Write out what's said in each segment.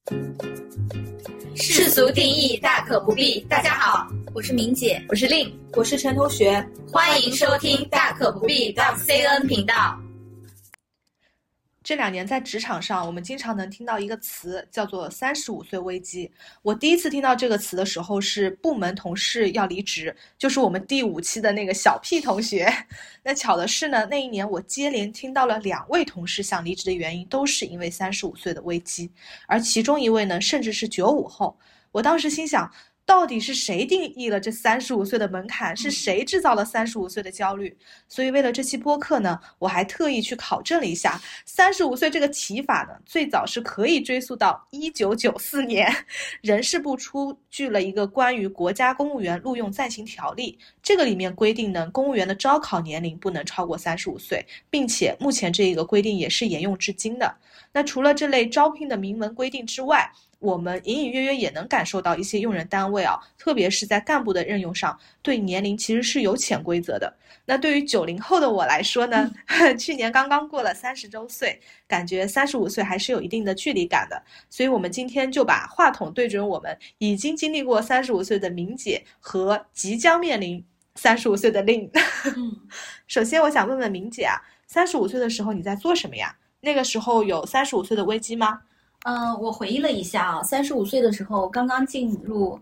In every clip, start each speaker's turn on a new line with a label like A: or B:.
A: 世俗定义大可不必。大家好，
B: 我是明姐，
A: 我是令，
C: 我是陈同学，
A: 欢迎收听大可不必 .cn 频道。
C: 这2年在职场上，我们经常能听到一个词，叫做35岁危机。我第一次听到这个词的时候，是部门同事要离职，就是我们第5期的那个小 P 同学。那巧的是呢，那一年我接连听到了2位同事想离职的原因，都是因为35岁的危机，而其中一位呢，甚至是95后。我当时心想，到底是谁定义了这35岁的门槛？是谁制造了35岁的焦虑？所以为了这期播客呢，我还特意去考证了一下，35岁这个提法呢，最早是可以追溯到1994年，人事部出具了一个关于国家公务员录用暂行条例，这个里面规定呢，公务员的招考年龄不能超过35岁，并且目前这个规定也是沿用至今的。那除了这类招聘的明文规定之外，我们隐隐约约也能感受到一些用人单位特别是在干部的任用上，对年龄其实是有潜规则的。那对于90后的我来说呢，去年刚刚过了30周岁，感觉35岁还是有一定的距离感的。所以我们今天就把话筒对准我们已经经历过35岁的明姐和即将面临35岁的令。首先我想问问明姐啊，35岁的时候你在做什么呀？那个时候有35岁的危机吗？
B: 我回忆了一下35岁的时候刚刚进入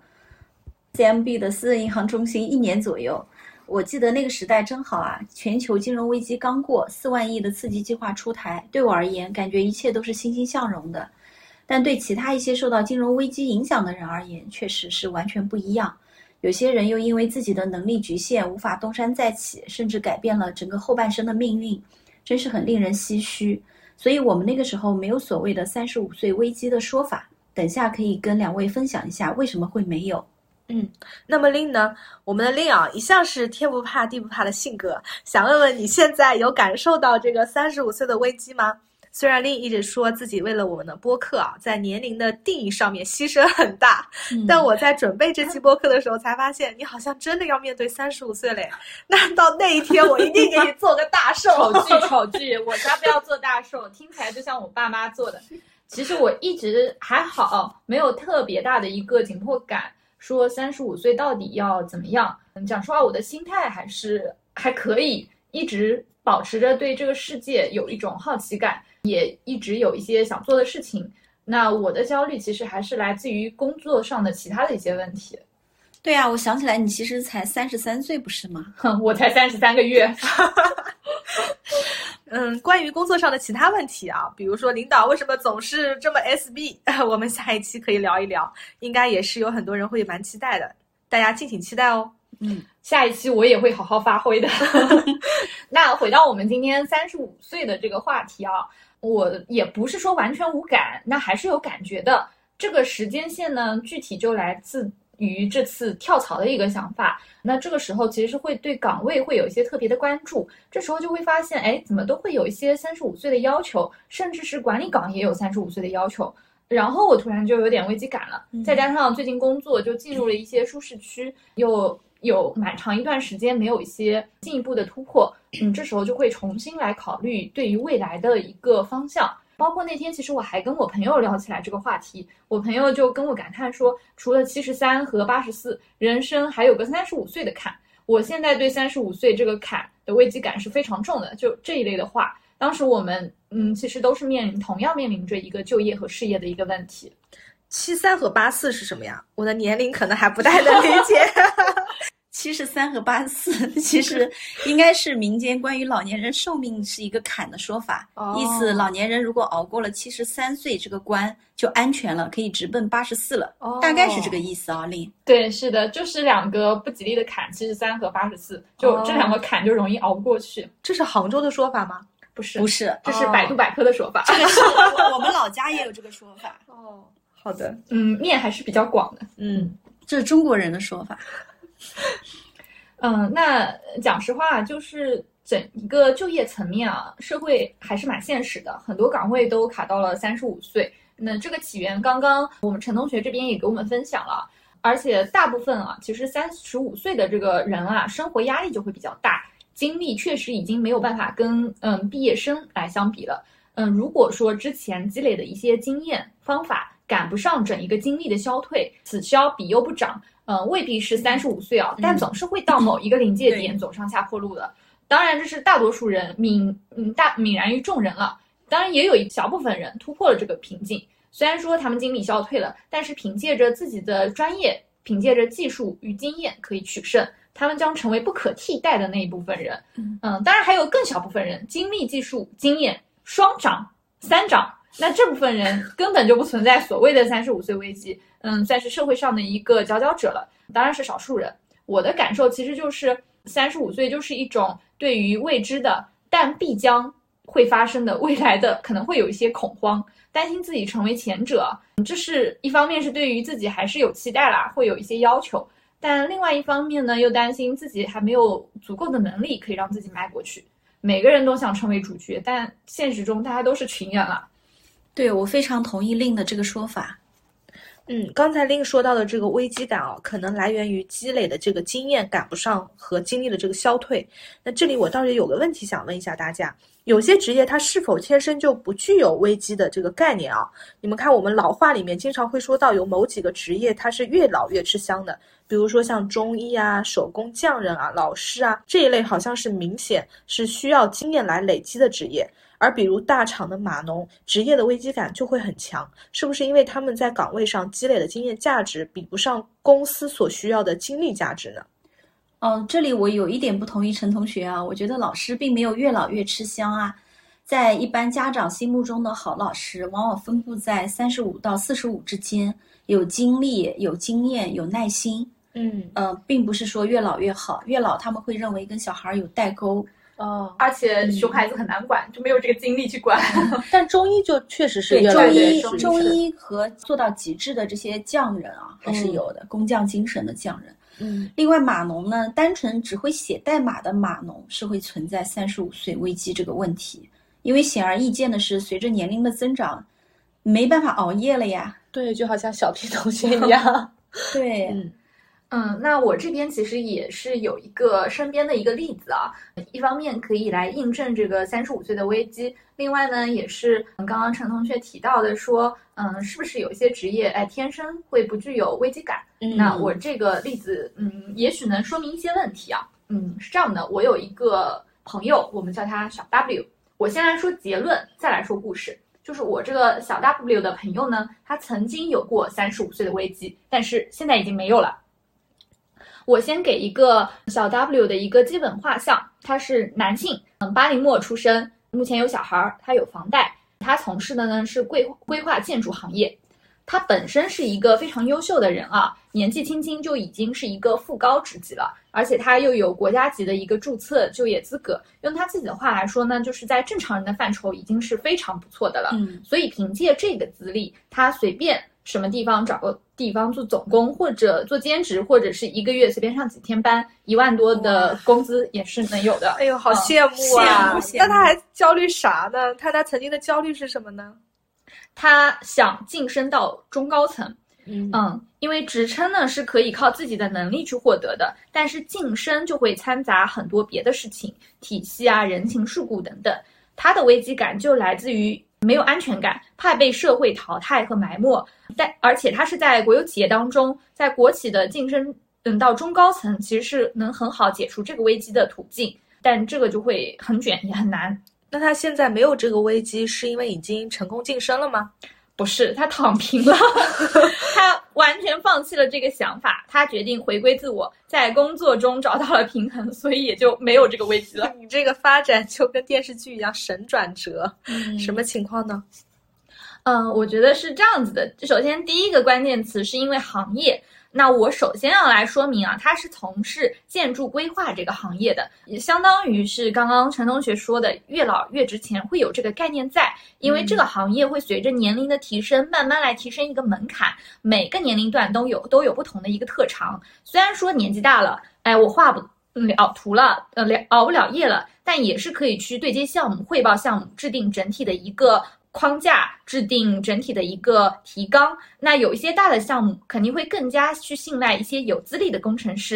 B: CMB 的私人银行中心1年左右。我记得那个时代正好全球金融危机刚过，4万亿的刺激计划出台，对我而言感觉一切都是欣欣向荣的。但对其他一些受到金融危机影响的人而言，确实是完全不一样。有些人又因为自己的能力局限无法东山再起，甚至改变了整个后半生的命运，真是很令人唏嘘。所以我们那个时候没有所谓的35岁危机的说法，等下可以跟2位分享一下为什么会没有。
C: 那么令呢，我们的令一向是天不怕地不怕的性格，想问问你现在有感受到这个35岁的危机吗？虽然令一直说自己为了我们的播客在年龄的定义上面牺牲很大，但我在准备这期播客的时候才发现，你好像真的要面对35岁嘞。那到那一天我一定给你做个大寿。
D: 丑剧，我才不要做大寿，听起来就像我爸妈做的。其实我一直还好，没有特别大的一个紧迫感，说35岁到底要怎么样。讲实话，我的心态还可以，一直保持着对这个世界有一种好奇感，也一直有一些想做的事情。那我的焦虑其实还是来自于工作上的其他的一些问题。
B: 对啊，我想起来你其实才33岁不是吗？
D: 我才33个月。
C: 关于工作上的其他问题比如说领导为什么总是这么 SB， 我们下一期可以聊一聊，应该也是有很多人会蛮期待的，大家敬请期待哦。
D: 下一期我也会好好发挥的。那回到我们今天35岁的这个话题我也不是说完全无感，那还是有感觉的。这个时间线呢，具体就来自于这次跳槽的一个想法。那这个时候其实会对岗位会有一些特别的关注，这时候就会发现怎么都会有一些35岁的要求，甚至是管理岗也有35岁的要求。然后我突然就有点危机感了，再加上最近工作就进入了一些舒适区，又有蛮长一段时间没有一些进一步的突破，这时候就会重新来考虑对于未来的一个方向。包括那天其实我还跟我朋友聊起来这个话题，我朋友就跟我感叹说，除了73和84，人生还有个35岁的坎。我现在对35岁这个坎的危机感是非常重的，就这一类的话，当时我们其实都是同样面临着一个就业和事业的一个问题。
C: 73和84是什么呀？我的年龄可能还不太能理解。
B: 73和84其实应该是民间关于老年人寿命是一个坎的说法，意思老年人如果熬过了73岁这个关就安全了，可以直奔84了，大概是这个意思令。
D: 对，是的，就是2个不吉利的坎，73和84，就这2个坎就容易熬不过去。
C: 这是杭州的说法吗？
B: 不是，
D: 这是百度百科的说法。
B: 这个是我们老家也有这个说法。
C: 好的，
D: 面还是比较广的。
B: 这是中国人的说法。
D: 那讲实话，就是整一个就业层面社会还是蛮现实的，很多岗位都卡到了35岁。那这个起源，刚刚我们陈同学这边也给我们分享了，而且大部分其实35岁的这个人生活压力就会比较大，精力确实已经没有办法跟毕业生来相比了。如果说之前积累的一些经验方法赶不上整一个精力的消退，此消彼又不长。未必是35岁啊，但总是会到某一个临界点走上下坡路的。当然，这是大多数人泯然于众人了。当然，也有一小部分人突破了这个瓶颈。虽然说他们精力消退了，但是凭借着自己的专业，凭借着技术与经验可以取胜，他们将成为不可替代的那一部分人。当然还有更小部分人，精力、技术、经验双涨、三涨。那这部分人根本就不存在所谓的35岁危机，算是社会上的一个佼佼者了，当然是少数人。我的感受其实就是35岁就是一种对于未知的但必将会发生的未来的可能会有一些恐慌，担心自己成为前者。这是一方面是对于自己还是有期待啦，会有一些要求，但另外一方面呢，又担心自己还没有足够的能力可以让自己迈过去。每个人都想成为主角，但现实中大家都是群演了。
B: 对，我非常同意令的这个说法。
C: 刚才令说到的这个危机感可能来源于积累的这个经验赶不上和经历的这个消退。那这里我倒是有个问题想问一下大家，有些职业它是否天生就不具有危机的这个概念啊？你们看我们老话里面经常会说到有某几个职业它是越老越吃香的，比如说像中医啊、手工匠人啊、老师啊，这一类好像是明显是需要经验来累积的职业。而比如大厂的码农，职业的危机感就会很强，是不是因为他们在岗位上积累的经验价值比不上公司所需要的精力价值呢？
B: 这里我有一点不同意陈同学啊，我觉得老师并没有越老越吃香啊。在一般家长心目中的好老师，往往分布在35到45之间，有精力、有经验、有耐心。并不是说越老越好，越老他们会认为跟小孩有代沟。
D: 而且熊孩子很难管，就没有这个精力去管。
C: 但中医就确实是
B: 对
C: 越来越
B: 中医和做到极致的这些匠人啊，还是有的，工匠精神的匠人。另外码农呢，单纯只会写代码的码农是会存在35岁危机这个问题，因为显而易见的是，随着年龄的增长，没办法熬夜了呀。
C: 对，就好像小 P 同学一样。
B: 对。
D: 那我这边其实也是有一个身边的一个例子啊，一方面可以来印证这个35岁的危机，另外呢，也是刚刚陈同学提到的说，是不是有一些职业天生会不具有危机感？那我这个例子，也许能说明一些问题啊。是这样的，我有一个朋友，我们叫他小 W。我先来说结论，再来说故事。就是我这个小 W 的朋友呢，他曾经有过35岁的危机，但是现在已经没有了。我先给一个小 W 的一个基本画像，他是男性，80末出生，目前有小孩，他有房贷，他从事的呢是规划建筑行业。他本身是一个非常优秀的人啊，年纪轻轻就已经是一个副高职级了，而且他又有国家级的一个注册就业资格。用他自己的话来说呢，就是在正常人的范畴已经是非常不错的了。所以凭借这个资历，他随便什么地方找个地方做总工，或者做兼职，或者是一个月随便上几天班，1万多的工资也是能有的。
C: 哎呦，好羡慕啊！那他还焦虑啥呢？他曾经的焦虑是什么呢？
D: 他想晋升到中高层。因为职称呢是可以靠自己的能力去获得的，但是晋升就会掺杂很多别的事情，体系啊、人情世故等等。他的危机感就来自于没有安全感，怕被社会淘汰和埋没。而且他是在国有企业当中，在国企的晋升到中高层，其实是能很好解除这个危机的途径，但这个就会很卷，也很难。
C: 那他现在没有这个危机，是因为已经成功晋升了吗？
D: 不是，他躺平了。他完全放弃了这个想法，他决定回归自我，在工作中找到了平衡，所以也就没有这个危机了。
C: 你这个发展就跟电视剧一样，神转折。什么情况呢？
D: 我觉得是这样子的。首先第一个关键词是因为行业。那我首先要来说明啊，他是从事建筑规划这个行业的，也相当于是刚刚陈同学说的越老越值钱，会有这个概念在。因为这个行业会随着年龄的提升，慢慢来提升一个门槛，每个年龄段都有不同的一个特长。虽然说年纪大了，我画不了图了，熬不了夜了，但也是可以去对接项目、汇报项目、制定整体的一个框架，制定整体的一个提纲。那有一些大的项目肯定会更加去信赖一些有资历的工程师。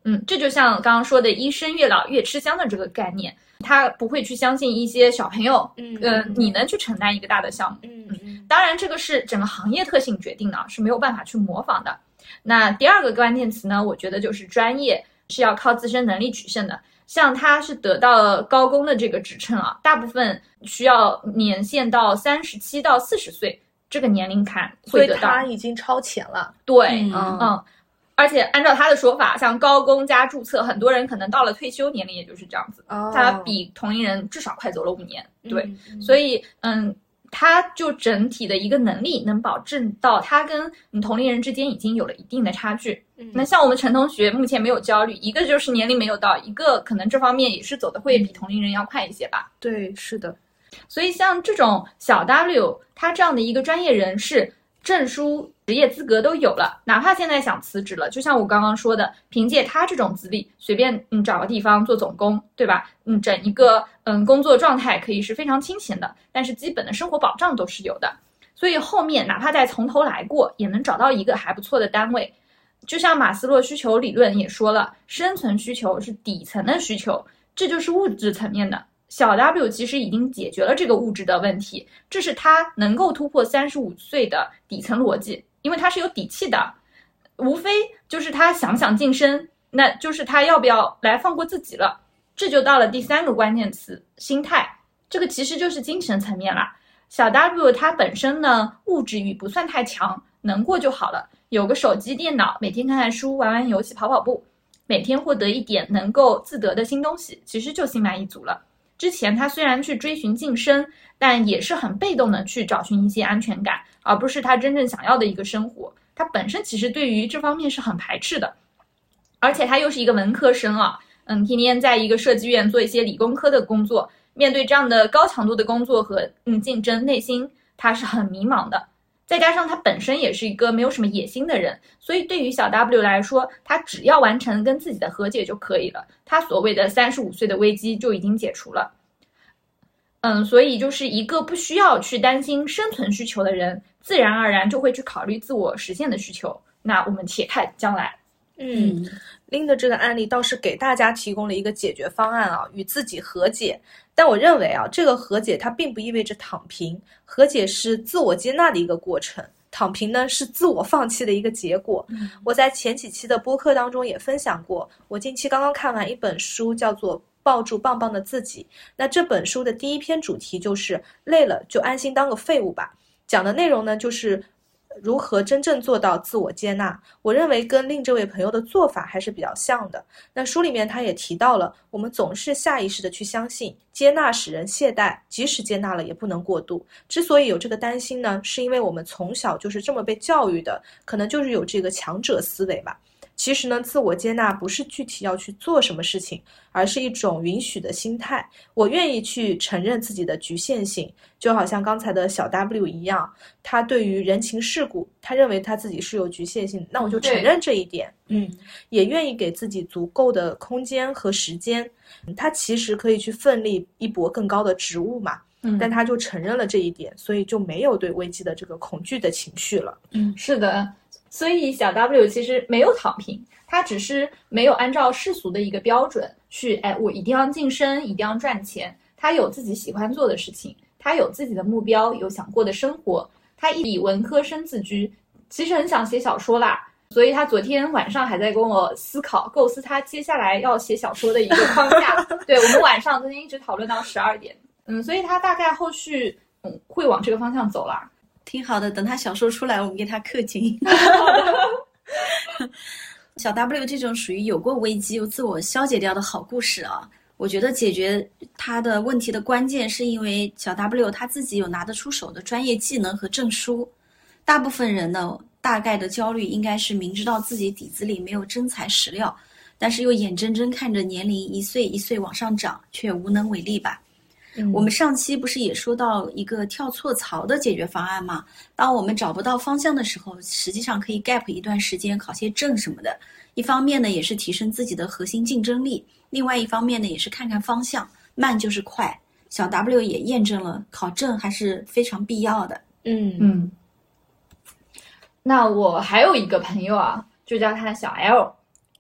D: 这就像刚刚说的医生越老越吃香的这个概念，他不会去相信一些小朋友，你能去承担一个大的项目，当然这个是整个行业特性决定的，是没有办法去模仿的。那第二个关键词呢，我觉得就是专业，是要靠自身能力取胜的。像他是得到了高工的这个职称啊，大部分需要年限到37到40岁这个年龄坎会得到，
C: 所以他已经超前了。
D: 对，而且按照他的说法，像高工加注册，很多人可能到了退休年龄也就是这样子，他比同龄人至少快走了5年。对，所以他就整体的一个能力能保证到他跟你同龄人之间已经有了一定的差距。那像我们陈同学目前没有焦虑，一个就是年龄没有到，一个可能这方面也是走的会比同龄人要快一些吧。
C: 对，是的。
D: 所以像这种小 W 他这样的一个专业人士，证书职业资格都有了，哪怕现在想辞职了，就像我刚刚说的，凭借他这种资历，随便找个地方做总工，对吧？整一个工作状态可以是非常清闲的，但是基本的生活保障都是有的。所以后面哪怕再从头来过，也能找到一个还不错的单位。就像马斯洛需求理论也说了，生存需求是底层的需求，这就是物质层面的。小 W 其实已经解决了这个物质的问题，这是他能够突破35岁的底层逻辑，因为他是有底气的，无非就是他想不想晋升，那就是他要不要来放过自己了。这就到了第3个关键词，心态，这个其实就是精神层面啦。小 W 他本身呢，物质欲不算太强，能过就好了，有个手机电脑，每天看看书，玩玩游戏，跑跑步，每天获得一点能够自得的新东西，其实就心满意足了。之前他虽然去追寻晋升，但也是很被动的去找寻一些安全感，而不是他真正想要的一个生活。他本身其实对于这方面是很排斥的，而且他又是一个文科生啊，天天在一个设计院做一些理工科的工作，面对这样的高强度的工作和竞争，内心他是很迷茫的。再加上他本身也是一个没有什么野心的人，所以对于小 W 来说，他只要完成跟自己的和解就可以了，他所谓的35岁的危机就已经解除了。所以就是一个不需要去担心生存需求的人，自然而然就会去考虑自我实现的需求。那我们且看将来。
C: 拎的这个案例倒是给大家提供了一个解决方案啊，与自己和解。但我认为啊，这个和解它并不意味着躺平，和解是自我接纳的一个过程，躺平呢是自我放弃的一个结果。我在前几期的播客当中也分享过，我近期刚刚看完一本书，叫做《抱住棒棒的自己》。那这本书的第一篇主题就是累了就安心当个废物吧，讲的内容呢就是如何真正做到自我接纳。我认为跟令这位朋友的做法还是比较像的。那书里面他也提到了，我们总是下意识的去相信接纳使人懈怠，即使接纳了也不能过度。之所以有这个担心呢，是因为我们从小就是这么被教育的，可能就是有这个强者思维吧。其实呢，自我接纳不是具体要去做什么事情，而是一种允许的心态。我愿意去承认自己的局限性，就好像刚才的小 W 一样，他对于人情世故，他认为他自己是有局限性，那我就承认这一点。也愿意给自己足够的空间和时间。他其实可以去奋力一搏更高的职务嘛。但他就承认了这一点，所以就没有对危机的这个恐惧的情绪了。
D: 是的。所以小 W 其实没有躺平，他只是没有按照世俗的一个标准去，我一定要晋升，一定要赚钱。他有自己喜欢做的事情，他有自己的目标，有想过的生活。他以文科生自居，其实很想写小说啦，所以他昨天晚上还在跟我构思他接下来要写小说的一个框架。对，我们晚上昨天一直讨论到12点。所以他大概后续会往这个方向走啦。
B: 挺好的，等他小说出来我们给他氪金。小 W 这种属于有过危机又自我消解掉的好故事啊，我觉得解决他的问题的关键是因为小 W 他自己有拿得出手的专业技能和证书。大部分人呢，大概的焦虑应该是明知道自己底子里没有真材实料，但是又眼睁睁看着年龄一岁一岁往上涨，却无能为力吧。我们上期不是也说到一个跳错槽的解决方案吗？当我们找不到方向的时候，实际上可以 gap 一段时间考些证什么的。一方面呢，也是提升自己的核心竞争力；另外一方面呢，也是看看方向，慢就是快。小 W 也验证了考证还是非常必要的。
D: 那我还有一个朋友啊，就叫他小 L。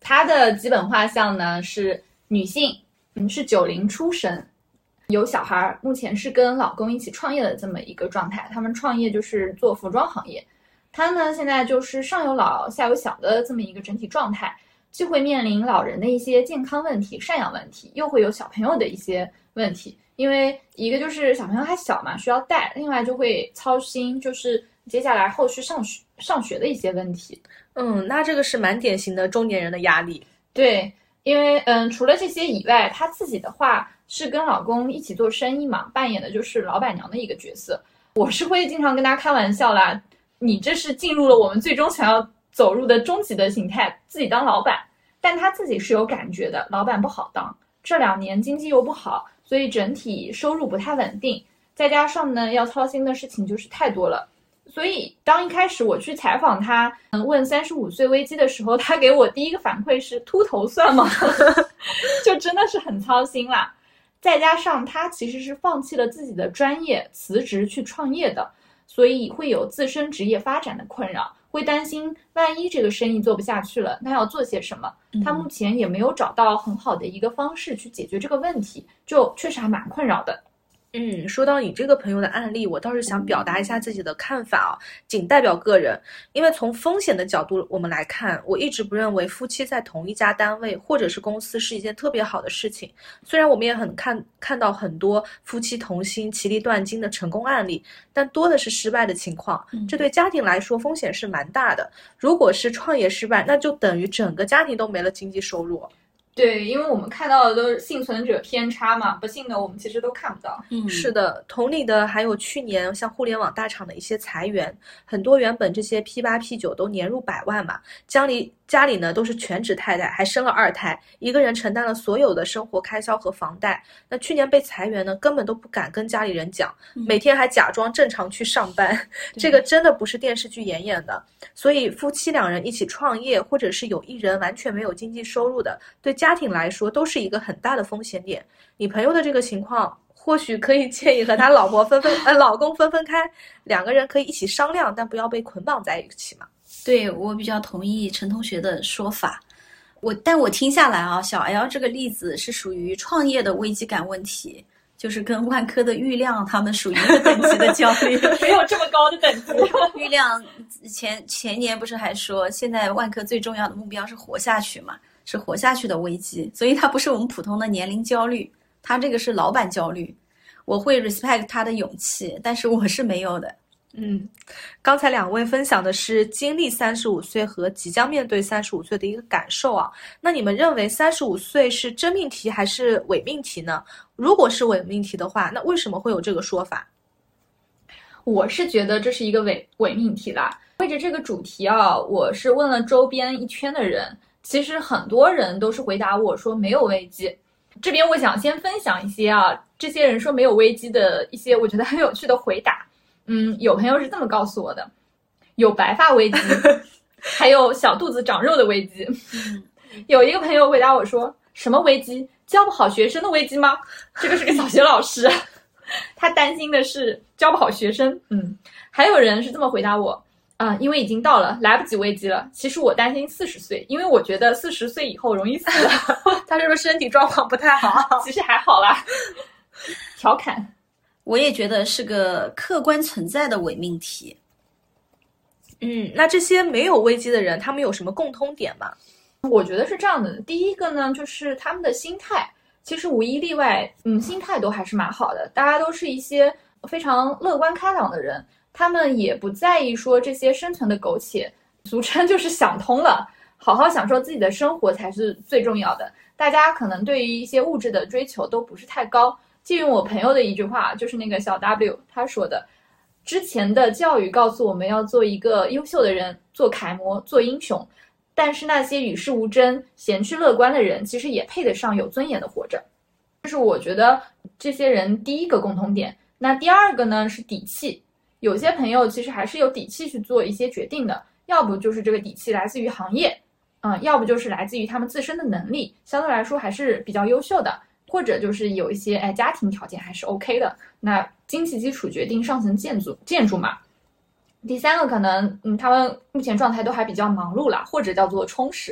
D: 他的基本画像呢是女性，是90出生，有小孩，目前是跟老公一起创业的这么一个状态。他们创业就是做服装行业。他呢现在就是上有老下有小的这么一个整体状态，既会面临老人的一些健康问题、赡养问题，又会有小朋友的一些问题。因为一个就是小朋友还小嘛，需要带，另外就会操心就是接下来后续上学的一些问题。
C: 那这个是蛮典型的中年人的压力。
D: 对，因为除了这些以外，她自己的话是跟老公一起做生意嘛，扮演的就是老板娘的一个角色。我是会经常跟她开玩笑啦，你这是进入了我们最终想要走入的终极的形态，自己当老板。但她自己是有感觉的，老板不好当，这2年经济又不好，所以整体收入不太稳定，再加上呢要操心的事情就是太多了。所以当一开始我去采访他，问35岁危机的时候，他给我第一个反馈是秃头算吗？就真的是很操心啦。再加上他其实是放弃了自己的专业，辞职去创业的，所以会有自身职业发展的困扰，会担心万一这个生意做不下去了，那要做些什么？他目前也没有找到很好的一个方式去解决这个问题，就确实还蛮困扰的。
C: 说到你这个朋友的案例，我倒是想表达一下自己的看法啊，仅代表个人。因为从风险的角度我们来看，我一直不认为夫妻在同一家单位或者是公司是一件特别好的事情。虽然我们也很看到很多夫妻同心其利断金的成功案例，但多的是失败的情况，这对家庭来说风险是蛮大的。如果是创业失败，那就等于整个家庭都没了经济收入。
D: 对，因为我们看到的都是幸存者偏差嘛，不幸的我们其实都看不到。
C: 是的，同理的还有去年像互联网大厂的一些裁员，很多原本这些 P8 P9 都年入100万嘛，家里呢都是全职太太，还生了2胎，一个人承担了所有的生活开销和房贷。那去年被裁员呢，根本都不敢跟家里人讲，每天还假装正常去上班，这个真的不是电视剧演的。所以夫妻2人一起创业，或者是有一人完全没有经济收入的，对家庭来说都是一个很大的风险点。你朋友的这个情况，或许可以建议和他老公分分开，2个人可以一起商量，但不要被捆绑在一起嘛。
B: 对，我比较同意陈同学的说法。但我听下来啊，小 L 这个例子是属于创业的危机感问题，就是跟万科的郁亮他们属于一个等级的焦虑。
D: 没有这么高的等级。
B: 郁亮前年不是还说，现在万科最重要的目标是活下去嘛，是活下去的危机，所以他不是我们普通的年龄焦虑，他这个是老板焦虑。我会 respect 他的勇气，但是我是没有的。
C: 刚才2位分享的是经历35岁和即将面对35岁的一个感受啊。那你们认为35岁是真命题还是伪命题呢？如果是伪命题的话，那为什么会有这个说法？
D: 我是觉得这是一个伪命题啦。为着这个主题啊，我是问了周边一圈的人，其实很多人都是回答我说没有危机。这边我想先分享一些这些人说没有危机的一些我觉得很有趣的回答。有朋友是这么告诉我的，有白发危机，还有小肚子长肉的危机。有一个朋友回答我说，什么危机？教不好学生的危机吗？这个是个小学老师，他担心的是教不好学生。还有人是这么回答我，因为已经到了，来不及危机了。其实我担心40岁，因为我觉得40岁以后容易死了。
C: 他是不是身体状况不太好？
D: 其实还好啦，调侃。
B: 我也觉得是个客观存在的伪命题。
C: 那这些没有危机的人，他们有什么共通点吗？
D: 我觉得是这样的，第一个呢，就是他们的心态，其实无一例外，心态都还是蛮好的，大家都是一些非常乐观开朗的人，他们也不在意说这些生存的苟且，俗称就是想通了，好好享受自己的生活才是最重要的。大家可能对于一些物质的追求都不是太高。借用我朋友的一句话，就是那个小 W 他说的，之前的教育告诉我们要做一个优秀的人，做楷模，做英雄，但是那些与世无争、闲趣乐观的人，其实也配得上有尊严的活着。这是我觉得这些人第一个共同点。那第二个呢是底气，有些朋友其实还是有底气去做一些决定的，要不就是这个底气来自于行业，要不就是来自于他们自身的能力，相对来说还是比较优秀的。或者就是有一些家庭条件还是 OK 的，那经济基础决定上层建筑嘛。第三个可能他们目前状态都还比较忙碌啦，或者叫做充实，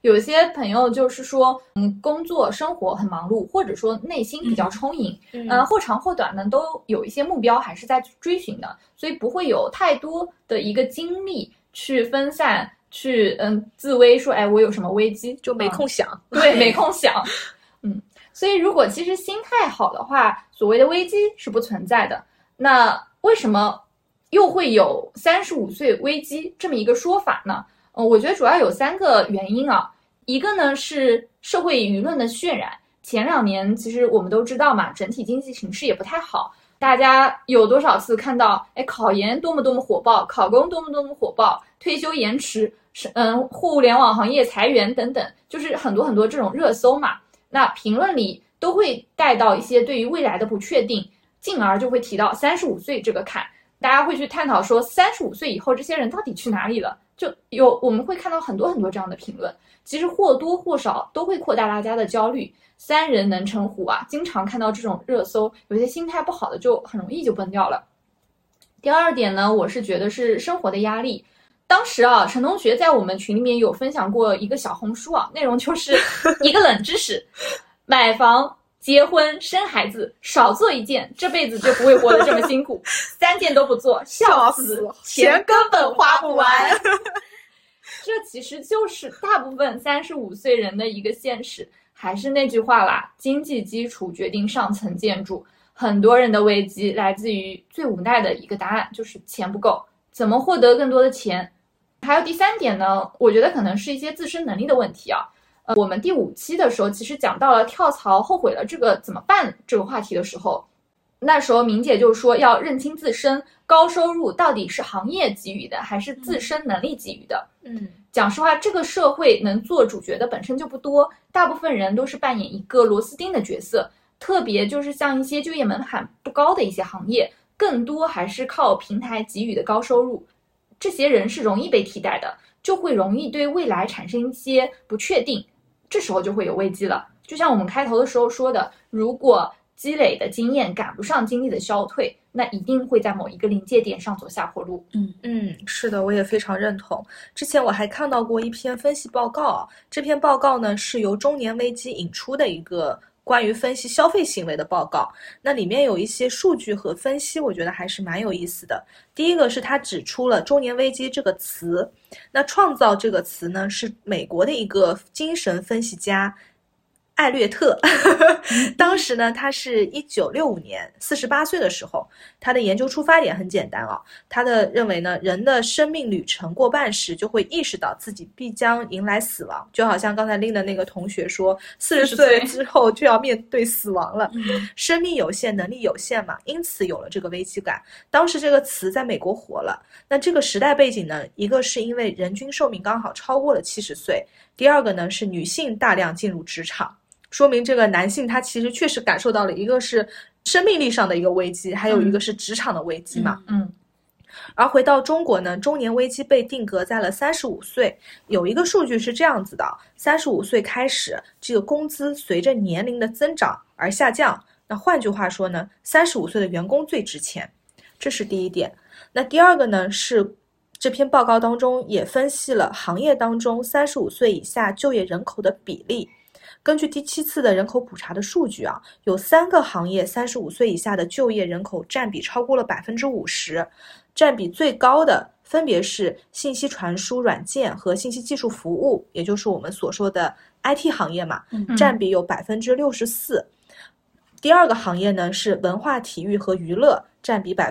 D: 有些朋友就是说，工作生活很忙碌，或者说内心比较充盈，或长或短呢，都有一些目标还是在追寻的，所以不会有太多的一个精力去分散，去自危说，哎，我有什么危机，
C: 就没空想，
D: 对，没空想，所以如果其实心态好的话，所谓的危机是不存在的。那为什么又会有35岁危机这么一个说法呢？我觉得主要有3个原因啊。一个呢是社会舆论的渲染，前2年其实我们都知道嘛，整体经济形势也不太好，大家有多少次看到，哎，考研多么多么火爆，考公多么多么火爆，退休延迟，互联网行业裁员等等，就是很多很多这种热搜嘛。那评论里都会带到一些对于未来的不确定，进而就会提到35岁这个坎，大家会去探讨说35岁以后这些人到底去哪里了，我们会看到很多很多这样的评论，其实或多或少都会扩大大家的焦虑。3人能成虎啊，经常看到这种热搜，有些心态不好的就很容易就崩掉了。第2点呢，我是觉得是生活的压力。当时啊，陈同学在我们群里面有分享过一个小红书啊，内容就是一个冷知识：买房、结婚、生孩子，少做1件，这辈子就不会活得这么辛苦；3件都不做，笑死，钱根本花不完。这其实就是大部分35岁人的一个现实。还是那句话啦，经济基础决定上层建筑。很多人的危机来自于最无奈的一个答案，就是钱不够，怎么获得更多的钱？还有第3点呢，我觉得可能是一些自身能力的问题啊。我们第5期的时候其实讲到了跳槽后悔了这个怎么办这个话题的时候，那时候明姐就说要认清自身，高收入到底是行业给予的还是自身能力给予的。讲实话，这个社会能做主角的本身就不多，大部分人都是扮演一个螺丝钉的角色，特别就是像一些就业门槛不高的一些行业，更多还是靠平台给予的高收入，这些人是容易被替代的，就会容易对未来产生一些不确定，这时候就会有危机了。就像我们开头的时候说的，如果积累的经验赶不上经历的消退，那一定会在某一个临界点上走下坡路。
C: 是的，我也非常认同。之前我还看到过一篇分析报告，这篇报告呢是由中年危机引出的一个关于分析消费行为的报告。那里面有一些数据和分析，我觉得还是蛮有意思的。第一个是他指出了中年危机这个词，那创造这个词呢是美国的一个精神分析家艾略特当时呢他是1965年48岁的时候，他的研究出发点很简单啊，他认为呢，人的生命旅程过半时就会意识到自己必将迎来死亡，就好像刚才拎的那个同学说40岁之后就要面对死亡了，生命有限，能力有限嘛，因此有了这个危机感。当时这个词在美国火了，那这个时代背景呢，一个是因为人均寿命刚好超过了70岁，第二个呢是女性大量进入职场，说明这个男性他其实确实感受到了一个是生命力上的一个危机，还有一个是职场的危机嘛。而回到中国呢，中年危机被定格在了35岁。有一个数据是这样子的，35岁开始，这个工资随着年龄的增长而下降。那换句话说呢，35岁的员工最值钱，这是第一点。那第二个呢，是这篇报告当中也分析了行业当中35岁以下就业人口的比例。根据第7次的人口普查的数据啊，有3个行业35岁以下的就业人口占比超过了50%，占比最高的分别是信息传输软件和信息技术服务，也就是我们所说的 IT 行业嘛，占比有64%。第二个行业呢是文化体育和娱乐，占比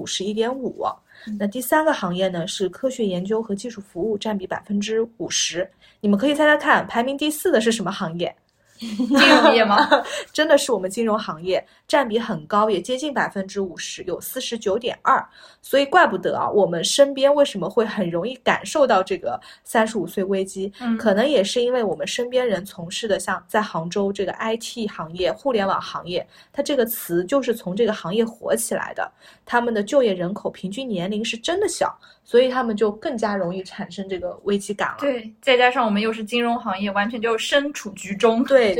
C: 51.5%。那第3个行业呢是科学研究和技术服务，占比50%。你们可以猜猜看，排名第4的是什么行业？
D: 金融业吗？
C: 真的是我们金融行业，占比很高，也接近50%，有49.2%。所以怪不得啊，我们身边为什么会很容易感受到这个35岁危机，可能也是因为我们身边人从事的像在杭州这个 IT 行业、互联网行业，它这个词就是从这个行业火起来的。他们的就业人口平均年龄是真的小，所以他们就更加容易产生这个危机感了。
D: 对，再加上我们又是金融行业，完全就身处局中。
C: 对。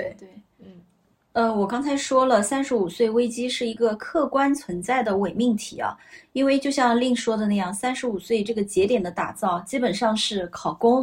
B: 我刚才说了，35岁危机是一个客观存在的伪命题啊，因为就像令说的那样，35岁这个节点的打造，基本上是考公、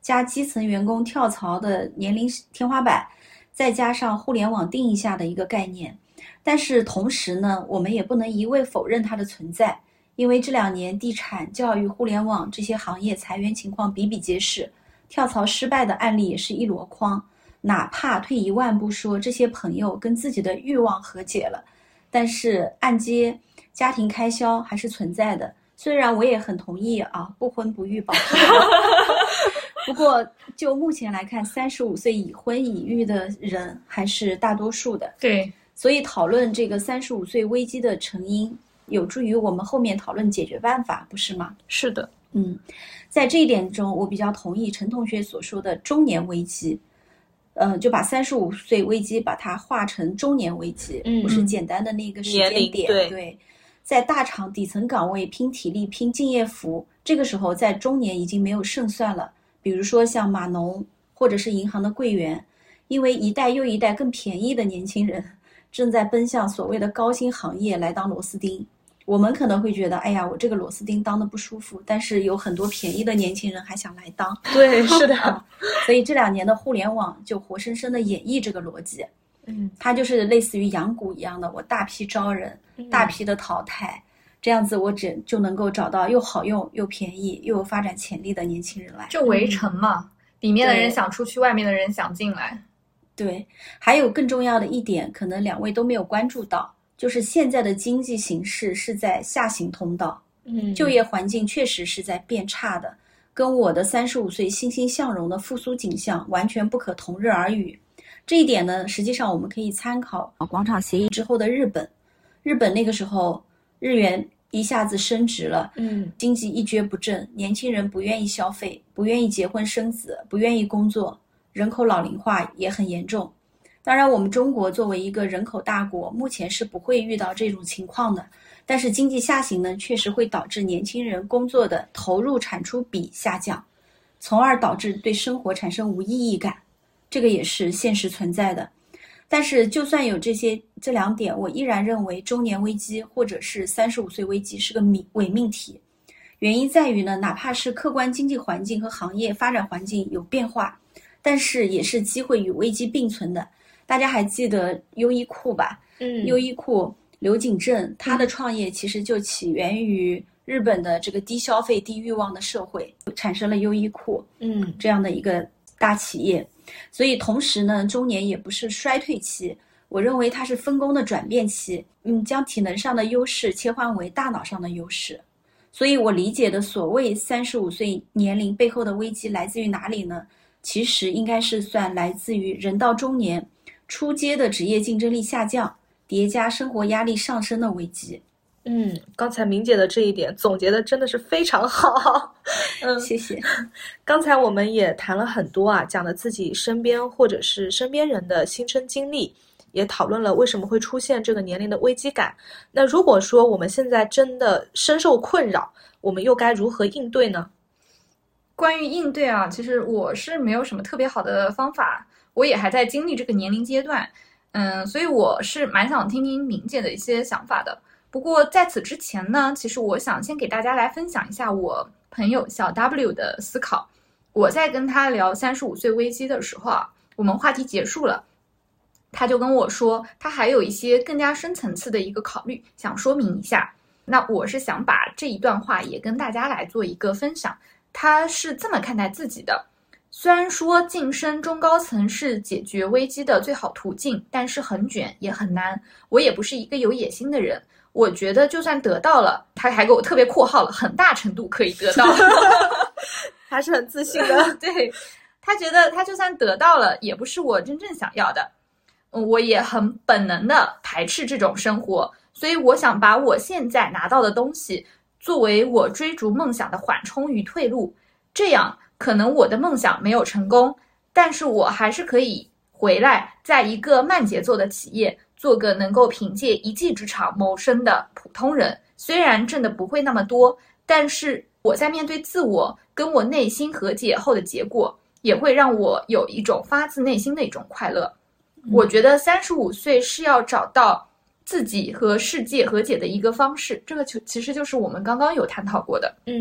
B: 加基层员工跳槽的年龄天花板，再加上互联网定义下的一个概念。但是同时呢，我们也不能一味否认它的存在，因为这2年地产、教育、互联网这些行业裁员情况比比皆是，跳槽失败的案例也是一箩筐。哪怕退一万步说，这些朋友跟自己的欲望和解了，但是按揭家庭开销还是存在的。虽然我也很同意啊，不婚不育保护不过就目前来看，35岁已婚已育的人还是大多数的。
D: 对，
B: 所以讨论这个35岁危机的成因，有助于我们后面讨论解决办法，不是吗？
C: 是的。
B: 在这一点中，我比较同意陈同学所说的中年危机。就把35岁危机把它划成中年危机，不是简单的那个时间点。对，在大厂底层岗位拼体力、拼敬业福，这个时候在中年已经没有胜算了。比如说像码农或者是银行的柜员，因为一代又一代更便宜的年轻人正在奔向所谓的高薪行业来当螺丝钉。我们可能会觉得，哎呀，我这个螺丝钉当的不舒服，但是有很多便宜的年轻人还想来当。
C: 对，是的。
B: 所以这2年的互联网就活生生的演绎这个逻辑。它就是类似于养蛊一样的，我大批招人，大批的淘汰，这样子我就能够找到又好用又便宜又有发展潜力的年轻人来。
D: 就围城嘛，里面的人想出去，外面的人想进来。
B: 对，还有更重要的一点，可能2位都没有关注到，就是现在的经济形势是在下行通道，就业环境确实是在变差的，跟我的35岁欣欣向荣的复苏景象完全不可同日而语。这一点呢，实际上我们可以参考广场协议之后的日本。日本那个时候日元一下子升值了，经济一蹶不振，年轻人不愿意消费，不愿意结婚生子，不愿意工作，人口老龄化也很严重。当然我们中国作为一个人口大国，目前是不会遇到这种情况的，但是经济下行呢，确实会导致年轻人工作的投入产出比下降，从而导致对生活产生无意义感，这个也是现实存在的。但是就算有这2点，我依然认为中年危机或者是35岁危机是个伪命题。原因在于呢，哪怕是客观经济环境和行业发展环境有变化，但是也是机会与危机并存的。大家还记得优衣库吧？优衣库刘景正他的创业其实就起源于日本的这个低消费低欲望的社会，产生了优衣库这样的一个大企业。所以同时呢，中年也不是衰退期，我认为它是分工的转变期，将体能上的优势切换为大脑上的优势。所以我理解的所谓35岁年龄背后的危机来自于哪里呢？其实应该是算来自于人到中年初阶的职业竞争力下降，叠加生活压力上升的危机。
C: 刚才明姐的这一点总结的真的是非常好。
B: 谢谢。
C: 刚才我们也谈了很多啊，讲了自己身边或者是身边人的亲身经历，也讨论了为什么会出现这个年龄的危机感。那如果说我们现在真的深受困扰，我们又该如何应对呢？
D: 关于应对啊，其实我是没有什么特别好的方法，我也还在经历这个年龄阶段，所以我是蛮想听听明姐的一些想法的。不过在此之前呢，其实我想先给大家来分享一下我朋友小 W 的思考。我在跟他聊35岁危机的时候啊，我们话题结束了，他就跟我说他还有一些更加深层次的一个考虑想说明一下。那我是想把这一段话也跟大家来做一个分享。他是这么看待自己的：虽然说晋升中高层是解决危机的最好途径，但是很卷也很难。我也不是一个有野心的人，我觉得就算得到了，他还给我特别括号了，很大程度可以得到。
C: 还是很自信的。
D: 对，他觉得他就算得到了，也不是我真正想要的。我也很本能的排斥这种生活，所以我想把我现在拿到的东西作为我追逐梦想的缓冲与退路，这样可能我的梦想没有成功，但是我还是可以回来，在一个慢节奏的企业做个能够凭借一技之长谋生的普通人。虽然挣的不会那么多，但是我在面对自我跟我内心和解后的结果，也会让我有一种发自内心的一种快乐。我觉得35岁是要找到自己和世界和解的一个方式，这个其实就是我们刚刚有探讨过的。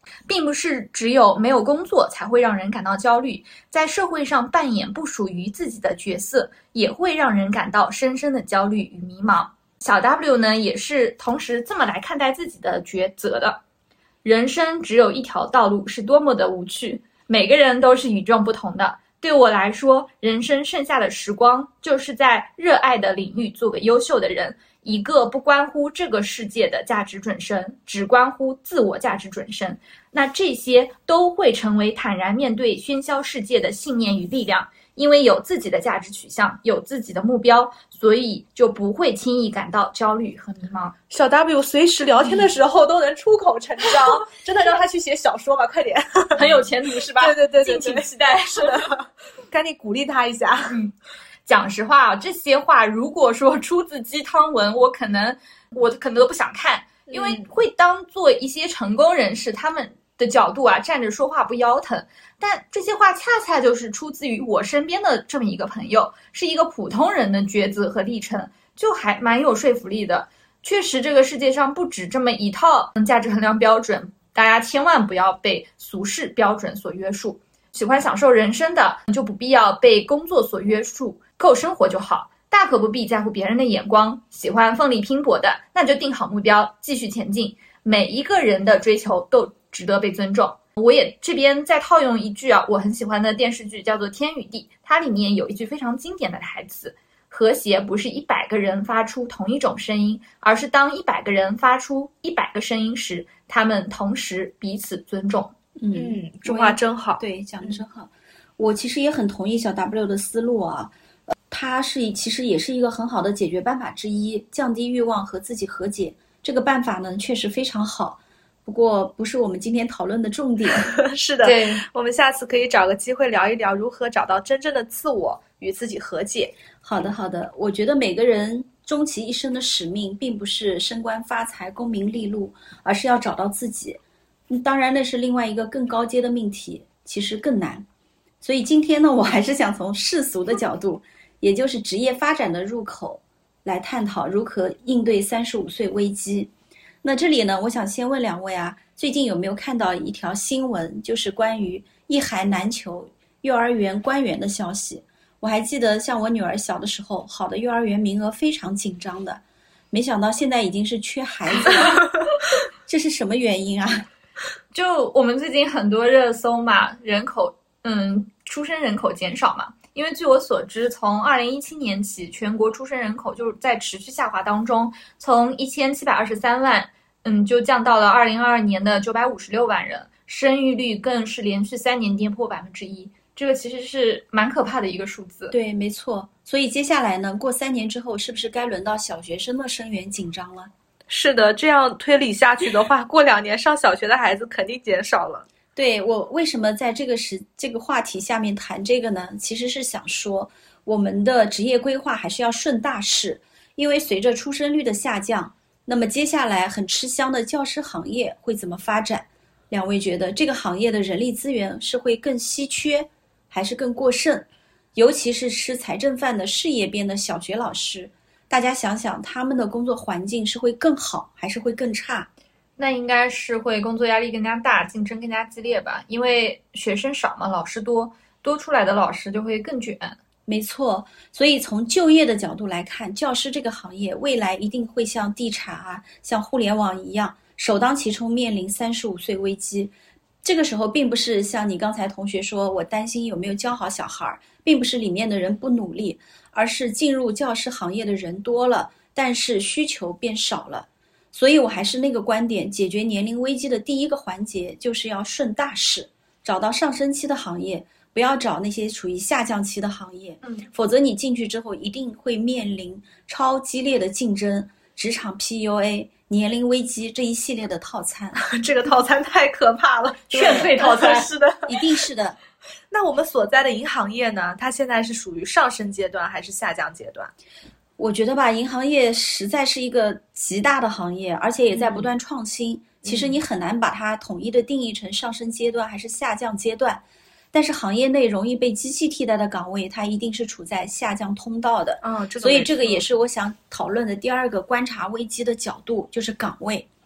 D: 并不是只有没有工作才会让人感到焦虑，在社会上扮演不属于自己的角色，也会让人感到深深的焦虑与迷茫。小 W 呢，也是同时这么来看待自己的抉择的。人生只有一条道路是多么的无趣，每个人都是与众不同的。对我来说，人生剩下的时光，就是在热爱的领域做个优秀的人，一个不关乎这个世界的价值准绳，只关乎自我价值准绳。那这些都会成为坦然面对喧嚣世界的信念与力量。因为有自己的价值取向，有自己的目标，所以就不会轻易感到焦虑和迷茫。
C: 小 W 随时聊天的时候都能出口成章，真的让他去写小说吧，快点，
D: 很有前途是吧？
C: 对，
D: 敬请期待。
C: 是的，赶紧鼓励他一下。
D: 讲实话啊，这些话如果说出自鸡汤文，我可能都不想看，因为会当做一些成功人士他们的角度啊，站着说话不腰疼。但这些话恰恰就是出自于我身边的这么一个朋友，是一个普通人的抉择和历程，就还蛮有说服力的。确实这个世界上不止这么一套价值衡量标准，大家千万不要被俗世标准所约束。喜欢享受人生的，就不必要被工作所约束，够生活就好，大可不必在乎别人的眼光。喜欢奋力拼搏的，那就定好目标，继续前进。每一个人的追求都值得被尊重。我也这边再套用一句啊，我很喜欢的电视剧叫做《天与地》，它里面有一句非常经典的台词：和谐不是100个人发出同一种声音，而是当100个人发出100个声音时，他们同时彼此尊重。
C: 这话真好。
B: 对，讲得真好。我其实也很同意小 W 的思路啊，它其实也是一个很好的解决办法之一，降低欲望和自己和解。这个办法呢，确实非常好。不过不是我们今天讨论的重点。
C: 是的，
D: 对，
C: 我们下次可以找个机会聊一聊如何找到真正的自我，与自己和解。
B: 好的，我觉得每个人终其一生的使命并不是升官发财、功名利禄，而是要找到自己。当然那是另外一个更高阶的命题，其实更难。所以今天呢，我还是想从世俗的角度，也就是职业发展的入口，来探讨如何应对35岁危机。那这里呢，我想先问两位啊，最近有没有看到一条新闻，就是关于一孩难求幼儿园官员的消息？我还记得像我女儿小的时候，好的幼儿园名额非常紧张的，没想到现在已经是缺孩子了。这是什么原因啊？
D: 就我们最近很多热搜嘛，出生人口减少嘛。因为据我所知，从2017年起，全国出生人口就在持续下滑当中，从1723万，就降到了2022年的956万人，生育率更是连续3年跌破1%，这个其实是蛮可怕的一个数字。
B: 对，没错。所以接下来呢，过3年之后，是不是该轮到小学生的生源紧张了？
C: 是的，这样推理下去的话，过2年上小学的孩子肯定减少了。
B: 对，我为什么在这个话题下面谈这个呢？其实是想说，我们的职业规划还是要顺大势，因为随着出生率的下降，那么接下来很吃香的教师行业会怎么发展？两位觉得这个行业的人力资源是会更稀缺，还是更过剩？尤其是吃财政饭的事业编的小学老师，大家想想他们的工作环境是会更好，还是会更差？
D: 那应该是会工作压力更加大，竞争更加激烈吧，因为学生少嘛，老师多出来的老师就会更卷。
B: 没错，所以从就业的角度来看，教师这个行业未来一定会像地产啊、像互联网一样，首当其冲面临35岁危机。这个时候并不是像你刚才同学说我担心有没有教好小孩，并不是里面的人不努力，而是进入教师行业的人多了，但是需求变少了。所以我还是那个观点，解决年龄危机的第一个环节就是要顺大势，找到上升期的行业，不要找那些处于下降期的行业，否则你进去之后一定会面临超激烈的竞争、职场 PUA、年龄危机这一系列的套餐。
C: 这个套餐太可怕了，
D: 劝退套餐。
C: 是的，
B: 一定是的。
C: 那我们所在的银行业呢？它现在是属于上升阶段还是下降阶段？
B: 我觉得吧，银行业实在是一个极大的行业，而且也在不断创新。其实你很难把它统一的定义成上升阶段还是下降阶段。但是行业内容易被机器替代的岗位，它一定是处在下降通道的。所以这个也是我想讨论的第二个观察危机的角度，就是岗位。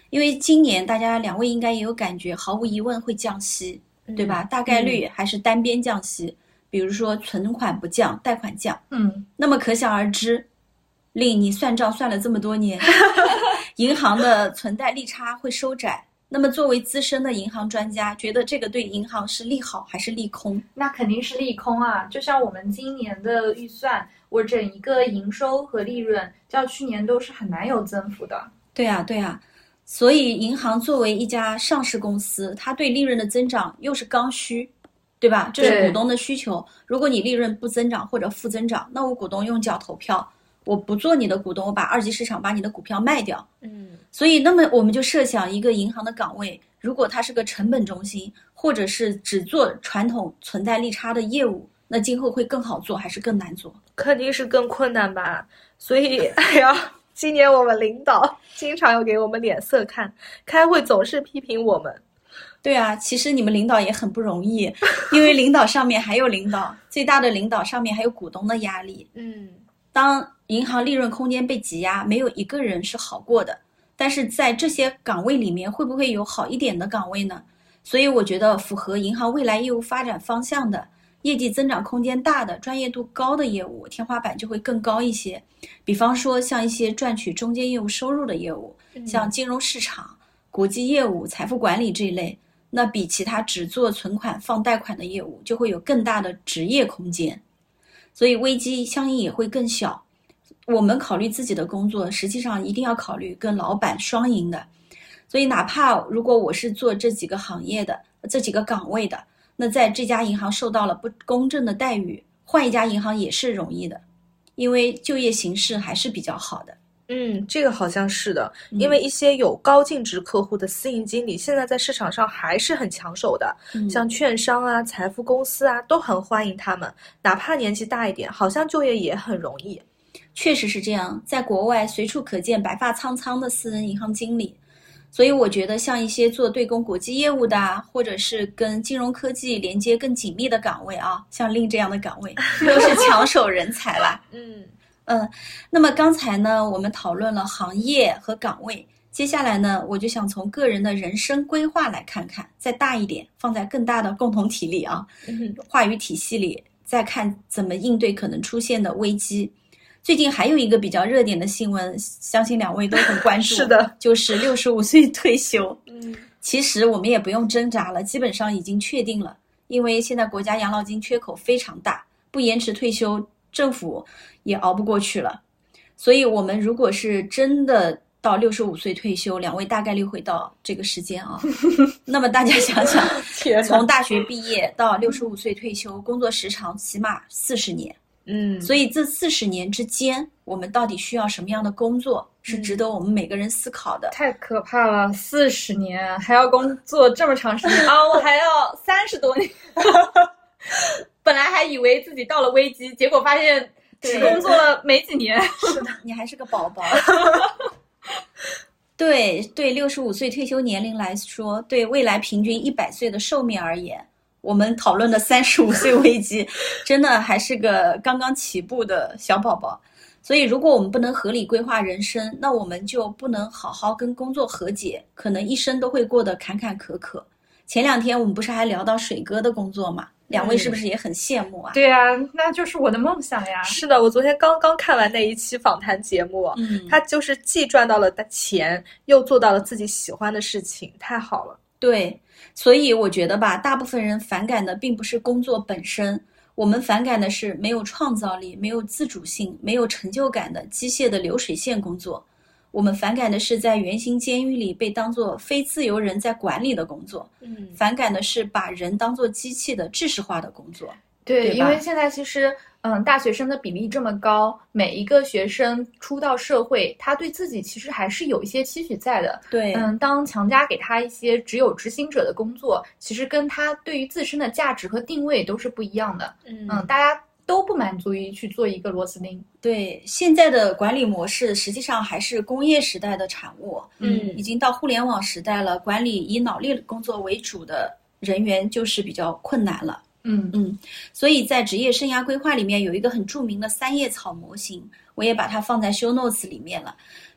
B: 因为今年大家两位应该也有感觉，毫无疑问会降息，对吧？大概率还是单边降息，比如说存款不降，贷款降。那么可想而知，令你算账算了这么多年，银行的存贷利差会收窄。那么作为资深的银行专家，觉得这个对银行是利好还是利空？
D: 那肯定是利空啊！就像我们今年的预算，我整一个营收和利润较去年都是很难有增幅的。
B: 对啊，所以银行作为一家上市公司，它对利润的增长又是刚需，对吧？这是股东的需求。如果你利润不增长或者负增长，那我股东用脚投票，我不做你的股东，我把二级市场把你的股票卖掉。所以那么我们就设想一个银行的岗位，如果它是个成本中心，或者是只做传统存贷利差的业务，那今后会更好做还是更难做？
C: 肯定是更困难吧。所以哎呀，今年我们领导经常要给我们脸色看，开会总是批评我们。
B: 对啊，其实你们领导也很不容易，因为领导上面还有领导，最大的领导上面还有股东的压力。当银行利润空间被挤压，没有一个人是好过的。但是在这些岗位里面，会不会有好一点的岗位呢？所以我觉得符合银行未来业务发展方向的、业绩增长空间大的、专业度高的业务，天花板就会更高一些。比方说像一些赚取中间业务收入的业务，像金融市场、国际业务、财富管理这一类，那比其他只做存款放贷款的业务就会有更大的职业空间，所以危机相应也会更小。我们考虑自己的工作，实际上一定要考虑跟老板双赢的。所以哪怕如果我是做这几个行业的、这几个岗位的，那在这家银行受到了不公正的待遇，换一家银行也是容易的，因为就业形势还是比较好的。
C: 这个好像是的，因为一些有高净值客户的私营经理现在在市场上还是很抢手的，像券商啊、财富公司啊都很欢迎他们，哪怕年纪大一点，好像就业也很容易。
B: 确实是这样，在国外随处可见白发苍苍的私人银行经理，所以我觉得像一些做对公国际业务的或者是跟金融科技连接更紧密的岗位啊，像令这样的岗位都是抢手人才啦。那么刚才呢，我们讨论了行业和岗位，接下来呢，我就想从个人的人生规划来看看，再大一点，放在更大的共同体里啊，话语体系里，再看怎么应对可能出现的危机。最近还有一个比较热点的新闻，相信两位都很关注，
C: 是的，
B: 就是65岁退休。其实我们也不用挣扎了，基本上已经确定了，因为现在国家养老金缺口非常大，不延迟退休，政府也熬不过去了。所以我们如果是真的到65岁退休，两位大概率会到这个时间啊。那么大家想想，从大学毕业到65岁退休，工作时长起码40年。所以这40年之间，我们到底需要什么样的工作，是值得我们每个人思考的。
D: 太可怕了，40年还要工作这么长时间啊！我还要30多年。本来还以为自己到了危机，结果发现只工作了没几年。
B: 是的，你还是个宝宝。对，65岁退休年龄来说，对未来平均100岁的寿命而言，我们讨论的35岁危机，真的还是个刚刚起步的小宝宝。所以如果我们不能合理规划人生，那我们就不能好好跟工作和解，可能一生都会过得坎坎坷坷。前2天我们不是还聊到水哥的工作吗？两位是不是也很羡慕啊？
D: 对啊，那就是我的梦想呀。
C: 是的，我昨天刚刚看完那一期访谈节目，他就是既赚到了钱，又做到了自己喜欢的事情，太好了。
B: 对，所以我觉得吧，大部分人反感的并不是工作本身，我们反感的是没有创造力、没有自主性、没有成就感的机械的流水线工作。我们反感的是在圆形监狱里被当作非自由人在管理的工作，反感的是把人当作机器的制式化的工作。
D: 对，因为现在其实大学生的比例这么高，每一个学生出到社会，他对自己其实还是有一些期许在的。
B: 对，
D: 当强加给他一些只有执行者的工作，其实跟他对于自身的价值和定位都是不一样的。大家都不满足于去做一个螺丝钉。
B: 对，现在的管理模式实际上还是工业时代的产物，已经到互联网时代了，管理以脑力工作为主的人员就是比较困难了。所以在职业生涯规划里面有一个很著名的3叶草模型，我也把它放在 show notes 里面了。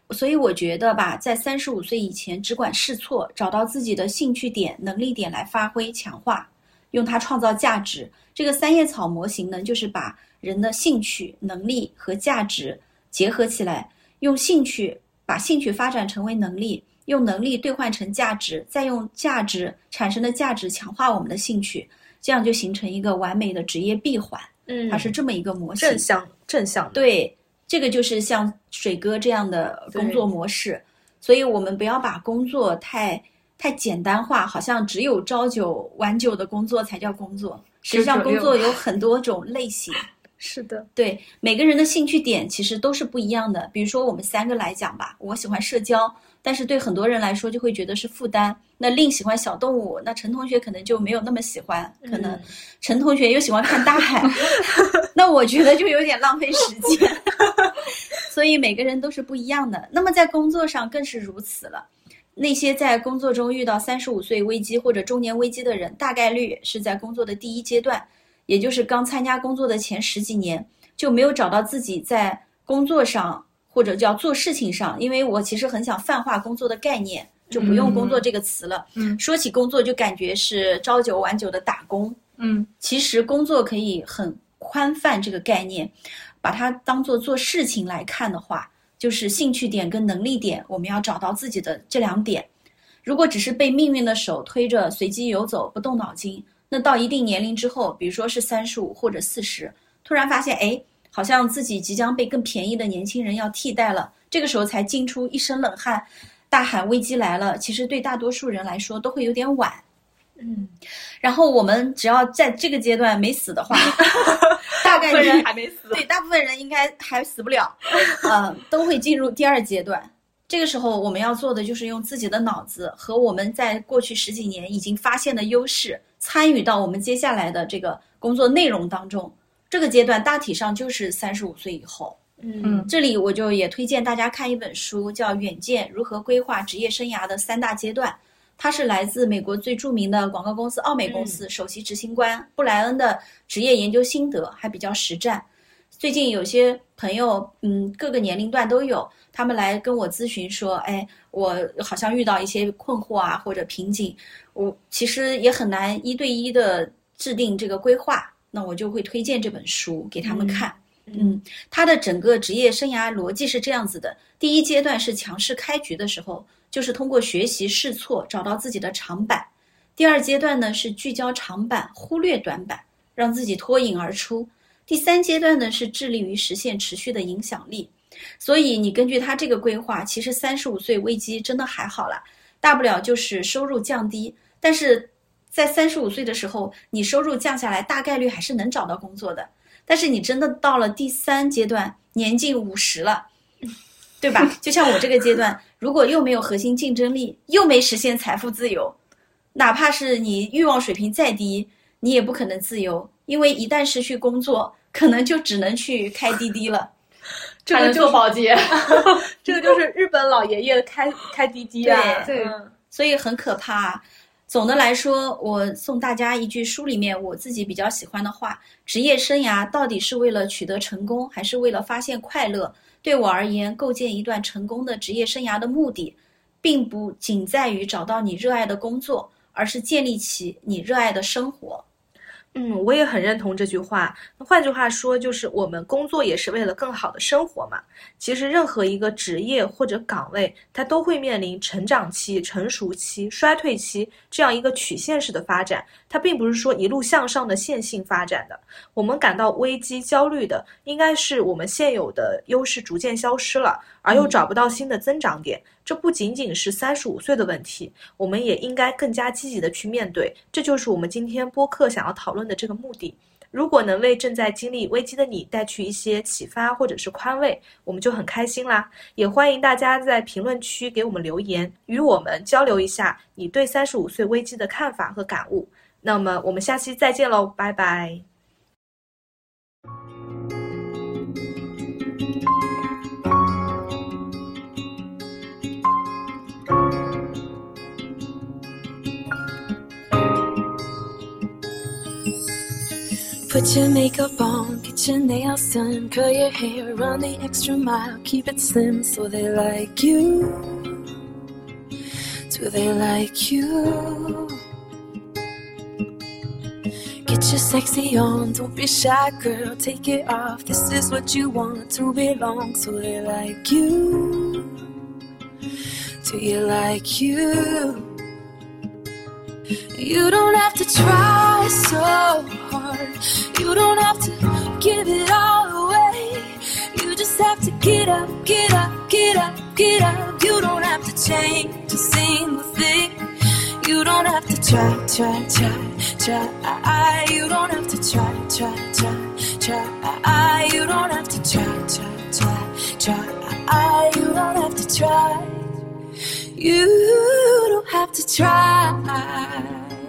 B: 所以我觉得吧，在35岁以前只管试错，找到自己的兴趣点、能力点来发挥、强化，用它创造价值。这个三叶草模型呢，就是把人的兴趣、能力和价值结合起来，用兴趣把兴趣发展成为能力，用能力兑换成价值，再用价值产生的价值强化我们的兴趣，这样就形成一个完美的职业闭环。它是这么一个模型，
C: 正向的。
B: 对，这个就是像水哥这样的工作模式。所以我们不要把工作太简单化，好像只有朝九晚九的工作才叫工作。实际上工作有很多种类型。
C: 是的，
B: 对，每个人的兴趣点其实都是不一样的。比如说我们3个来讲吧，我喜欢社交，但是对很多人来说就会觉得是负担。那令喜欢小动物，那陈同学可能就没有那么喜欢，可能陈同学又喜欢看大海，那我觉得就有点浪费时间。所以每个人都是不一样的。那么在工作上更是如此了。那些在工作中遇到35岁危机或者中年危机的人，大概率是在工作的第一阶段，也就是刚参加工作的前10几年，就没有找到自己在工作上或者叫做事情上。因为我其实很想泛化工作的概念，就不用工作这个词了。说起工作就感觉是朝九晚九的打工。其实工作可以很宽泛这个概念，把它当作做事情来看的话，就是兴趣点跟能力点，我们要找到自己的这2点。如果只是被命运的手推着随机游走，不动脑筋，那到一定年龄之后，比如说是35或者40，突然发现好像自己即将被更便宜的年轻人要替代了，这个时候才惊出一身冷汗，大喊危机来了，其实对大多数人来说都会有点晚。然后我们只要在这个阶段没死的话，大概率
C: 人还没死，
B: 对，大部分人应该还死不了，都会进入第2阶段。这个时候我们要做的就是用自己的脑子和我们在过去10几年已经发现的优势，参与到我们接下来的这个工作内容当中。这个阶段大体上就是35岁以后。这里我就也推荐大家看一本书，叫《远见：如何规划职业生涯的3大阶段》。它是来自美国最著名的广告公司奥美公司首席执行官布莱恩的职业研究心得，还比较实战。最近有些朋友，各个年龄段都有，他们来跟我咨询说，我好像遇到一些困惑啊或者瓶颈，我其实也很难1对1的制定这个规划，那我就会推荐这本书给他们看。他的整个职业生涯逻辑是这样子的：第一阶段是强势开局的时候，就是通过学习试错找到自己的长板。第2阶段呢是聚焦长板，忽略短板，让自己脱颖而出。第3阶段呢是致力于实现持续的影响力。所以你根据他这个规划，其实35岁危机真的还好了，大不了就是收入降低，但是在35岁的时候，你收入降下来，大概率还是能找到工作的。但是你真的到了第3阶段，年近50了，对吧？就像我这个阶段，如果又没有核心竞争力，又没实现财富自由，哪怕是你欲望水平再低，你也不可能自由，因为一旦失去工作，可能就只能去开滴滴了。
D: 这个就是保洁，
C: 这个就是日本老爷爷开滴滴啊。
B: 对，所以很可怕。总的来说，我送大家一句书里面我自己比较喜欢的话：职业生涯到底是为了取得成功，还是为了发现快乐？对我而言，构建一段成功的职业生涯的目的，并不仅在于找到你热爱的工作，而是建立起你热爱的生活。
C: 我也很认同这句话。换句话说，就是我们工作也是为了更好的生活嘛。其实任何一个职业或者岗位，它都会面临成长期、成熟期、衰退期这样一个曲线式的发展，它并不是说一路向上的线性发展的。我们感到危机焦虑的，应该是我们现有的优势逐渐消失了，而又找不到新的增长点。这不仅仅是35岁的问题，我们也应该更加积极的去面对。这就是我们今天播客想要讨论的这个目的。如果能为正在经历危机的你带去一些启发或者是宽慰，我们就很开心啦。也欢迎大家在评论区给我们留言，与我们交流一下你对35岁危机的看法和感悟。那么我们下期再见喽，拜拜。
E: Put your makeup on, get Get your nails done, curl your hair, run the extra mile, keep it slim so they like you. Do they like you? Get your sexy on, don't be shy girl, take it off. This is what you want to belong, so they like you. Do you like you? You don't have to try so hard. You don't have to give it all away. You just have to get up, get up, get up, get up. You don't have to change a single thing. You don't have to try. You don't have to try. You don't have to try. You don't have to try. You don't have to try.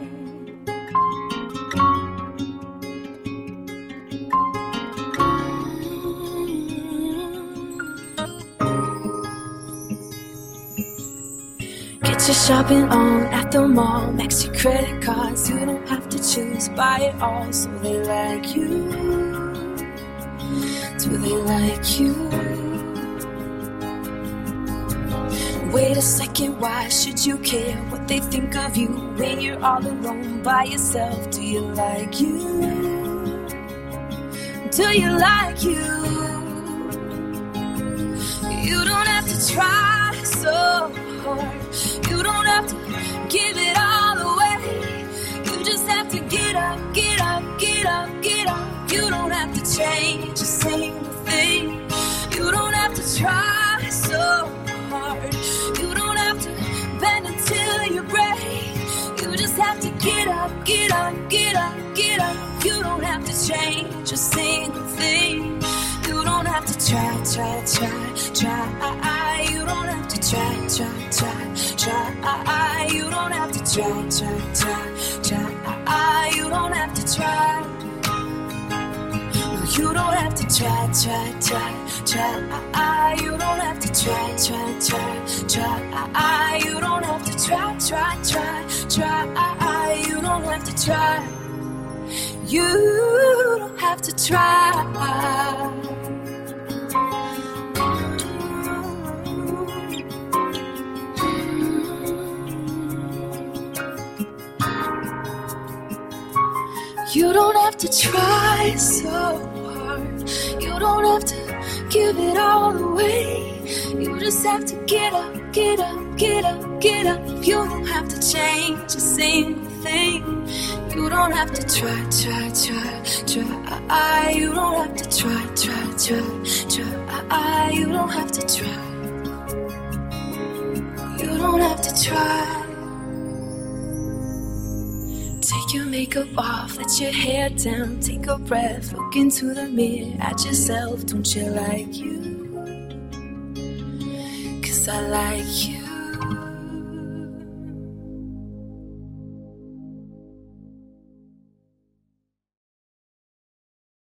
E: Get your shopping on at the mall, max your credit cards. You don't have to choose, buy it all, so they like you. Do they like you? Wait a second, why should you care what they think of you when you're all alone by yourself? Do you like you? Do you like you? You don't have to try so hard. You don't have to give it all away. You just have to get up, get up, get up, get up. You don't have to change a single thing. You don't have to try so hard. You don't have to bend until you break. You just have to get up, get up, get up, get up. You don't have to change a single thing. You don't have to try. You don't have to try. You don't have to try. You don't have to try. No, you don't have to try. You don't have to try. You don't have to try. You don't have to try. You don't have to try. You don't have to try so hard. You don't have to give it all away. You just have to get up, get up, get up, get up. You don't have to change a single thing. You don't have to try. You don't have to try. You don't have to try. You don't have to try. Take your makeup off, let your hair down, take a breath, look into the mirror at yourself. Don't you like you? 'Cause I like you.